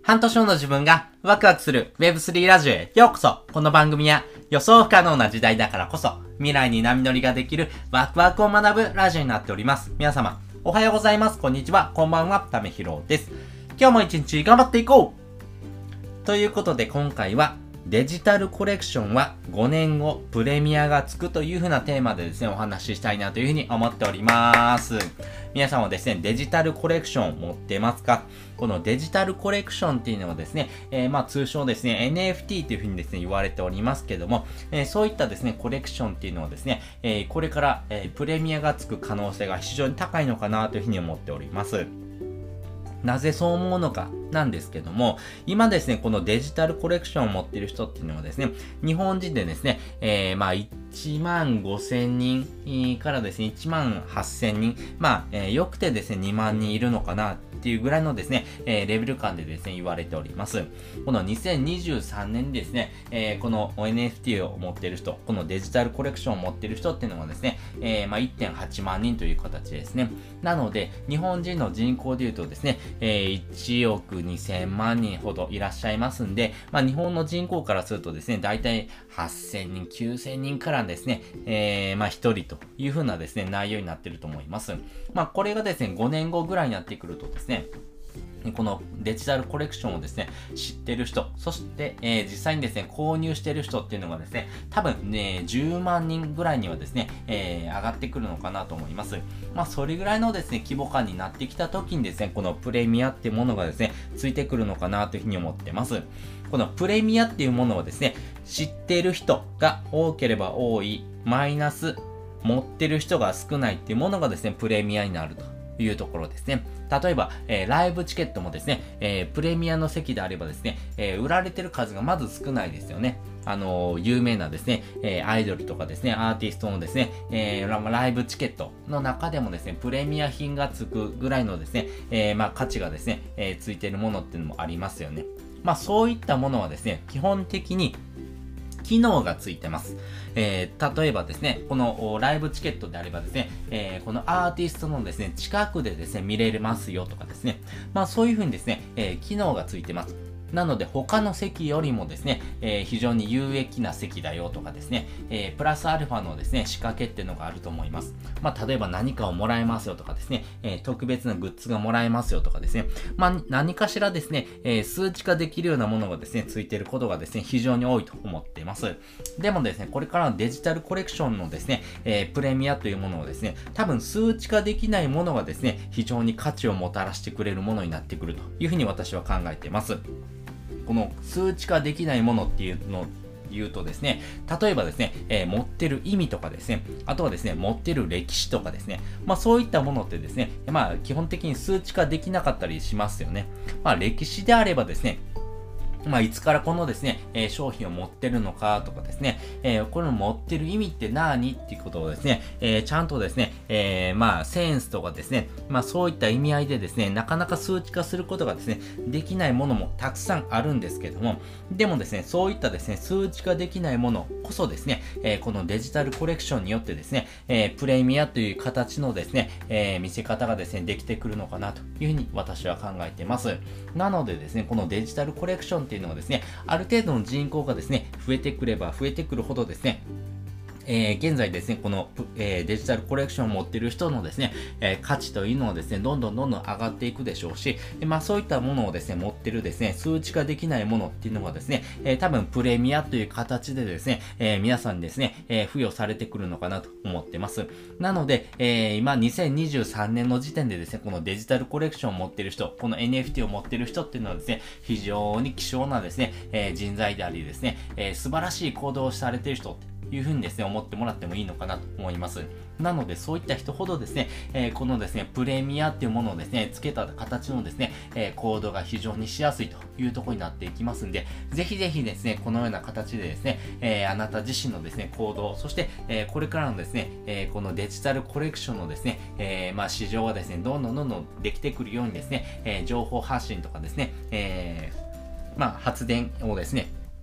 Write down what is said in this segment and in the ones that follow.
半年後の自分がワクワクする Web3 ラジオへようこそ。この番組は予想不可能な時代だからこそ未来に波乗りができるワクワクを学ぶラジオになっております。皆様おはようございます。こんにちは。こんばんは。ためひろです。今日も一日頑張っていこうということで今回はデジタルコレクションは5年後プレミアがつくという風なテーマでですね、お話ししたいなという風に思っております。皆さんはですね、デジタルコレクション持ってますか？このデジタルコレクションっていうのはですね、通称ですね、NFT という風にですね、言われておりますけども、そういったですね、コレクションっていうのはですね、これから、プレミアがつく可能性が非常に高いのかなという風に思っております。なぜそう思うのかなんですけども、今ですね、このデジタルコレクションを持っている人っていうのはですね、日本人でですね、1万5000人からですね、1万8000人、よくてですね、2万人いるのかなっていうぐらいのですね、レベル感でですね、言われております。この2023年にですね、この NFT を持っている人、このデジタルコレクションを持っている人っていうのはですね、1.8 万人という形ですね。なので、日本人の人口でいうとですね、1億2000万人ほどいらっしゃいますんで、日本の人口からするとですね、だいたい8000人、9000人からですね、1人という風なですね、内容になっていると思います。これがですね、5年後ぐらいになってくるとですね、このデジタルコレクションをですね、知ってる人、そして、実際にですね、購入してる人っていうのがですね、多分ね、10万人ぐらいにはですね、上がってくるのかなと思います。それぐらいのですね、規模感になってきた時にですね、このプレミアっていうものがですね、ついてくるのかなというふうに思ってます。このプレミアっていうものをですね、知ってる人が多ければ多い、マイナス、持ってる人が少ないっていうものがですね、プレミアになるというところですね。例えば、ライブチケットもですね、プレミアの席であればですね、売られてる数がまず少ないですよね。有名なですね、アイドルとかですね、アーティストのですね、ライブチケットの中でもですね、プレミア品がつくぐらいのですね、価値がですね、ついているものっていうのもありますよね。そういったものはですね、基本的に機能がついてます。例えばですね、このライブチケットであればですね、このアーティストのですね、近くでですね、見れますよとかですね、そういう風にですね、機能がついてます。なので他の席よりもですね、非常に有益な席だよとかですね、プラスアルファのですね、仕掛けっていうのがあると思います。例えば何かをもらえますよとかですね、特別なグッズがもらえますよとかですね、何かしらですね、数値化できるようなものがですね、ついていることがですね、非常に多いと思っています。でもですね、これからのデジタルコレクションのですね、プレミアというものをですね、多分数値化できないものがですね、非常に価値をもたらしてくれるものになってくるというふうに私は考えています。この数値化できないものっていうのを言うとですね、例えばですね、持ってる意味とかですね、あとはですね、持ってる歴史とかですね、そういったものってですね、基本的に数値化できなかったりしますよね。歴史であればですね、いつからこのですね、商品を持ってるのかとかですね、これを持ってる意味って何っていうことをですね、ちゃんとですね、センスとかですね、そういった意味合いでですね、なかなか数値化することがですね、できないものもたくさんあるんですけども、でもですね、そういったですね、数値化できないものこそですね、このデジタルコレクションによってですね、プレミアという形のですね、見せ方がですね、できてくるのかなというふうに私は考えています。なのでですね、このデジタルコレクションっていうのはですね、ある程度の人口がですね、増えてくれば増えてくるほどですね、現在ですね、この、デジタルコレクションを持っている人のですね、価値というのはですね、どんどん上がっていくでしょうし、そういったものをですね、持っているですね、数値化できないものっていうのがですね、多分プレミアという形でですね、皆さんにですね、付与されてくるのかなと思ってます。なので、今2023年の時点でですね、このデジタルコレクションを持っている人、この NFT を持っている人っていうのはですね、非常に希少なですね、人材でありですね、素晴らしい行動をされている人っていうふうにですね、思ってもらってもいいのかなと思います。なので、そういった人ほどですね、このですね、プレミアっていうものをですね、付けた形のですね、行動が非常にしやすいというところになっていきますんで、ぜひぜひですね、このような形でですね、あなた自身のですね、行動、そして、これからのですね、このデジタルコレクションのですね、市場がですね、どんどんできてくるようにですね、情報発信とかですね、発電をですね、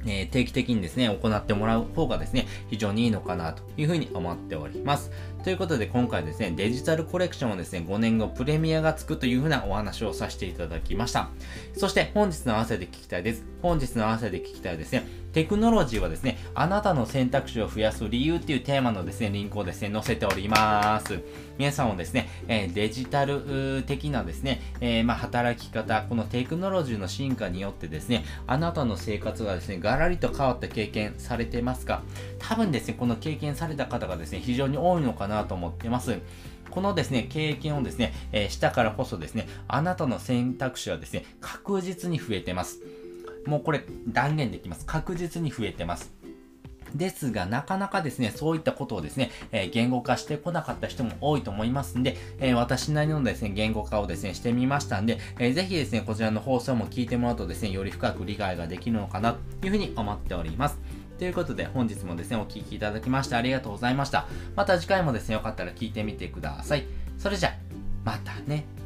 定期的にですね、行ってもらう方がですね、非常にいいのかなというふうに思っております。ということで今回ですね、デジタルコレクションをですね、5年後プレミアがつくというふうなお話をさせていただきました。そして本日の合わせで聞きたいです。本日の合わせで聞きたいですね、テクノロジーはですね、あなたの選択肢を増やす理由っていうテーマのですね、リンクをですね、載せております。皆さんもですね、デジタル的なですね、働き方、このテクノロジーの進化によってですね、あなたの生活がですね、ガラリと変わった経験されてますか？多分ですね、この経験された方がですね、非常に多いのかなと思ってます。このですね、経験をですね、したからこそですね、あなたの選択肢はですね、確実に増えてます。もうこれ断言できます。確実に増えてます。ですが、なかなかですね、そういったことをですね、言語化してこなかった人も多いと思いますんで、私なりのですね、言語化をですね、してみましたんで、ぜひですね、こちらの放送も聞いてもらうとですね、より深く理解ができるのかな、というふうに思っております。ということで、本日もですね、お聞きいただきましてありがとうございました。また次回もですね、よかったら聞いてみてください。それじゃ、またね。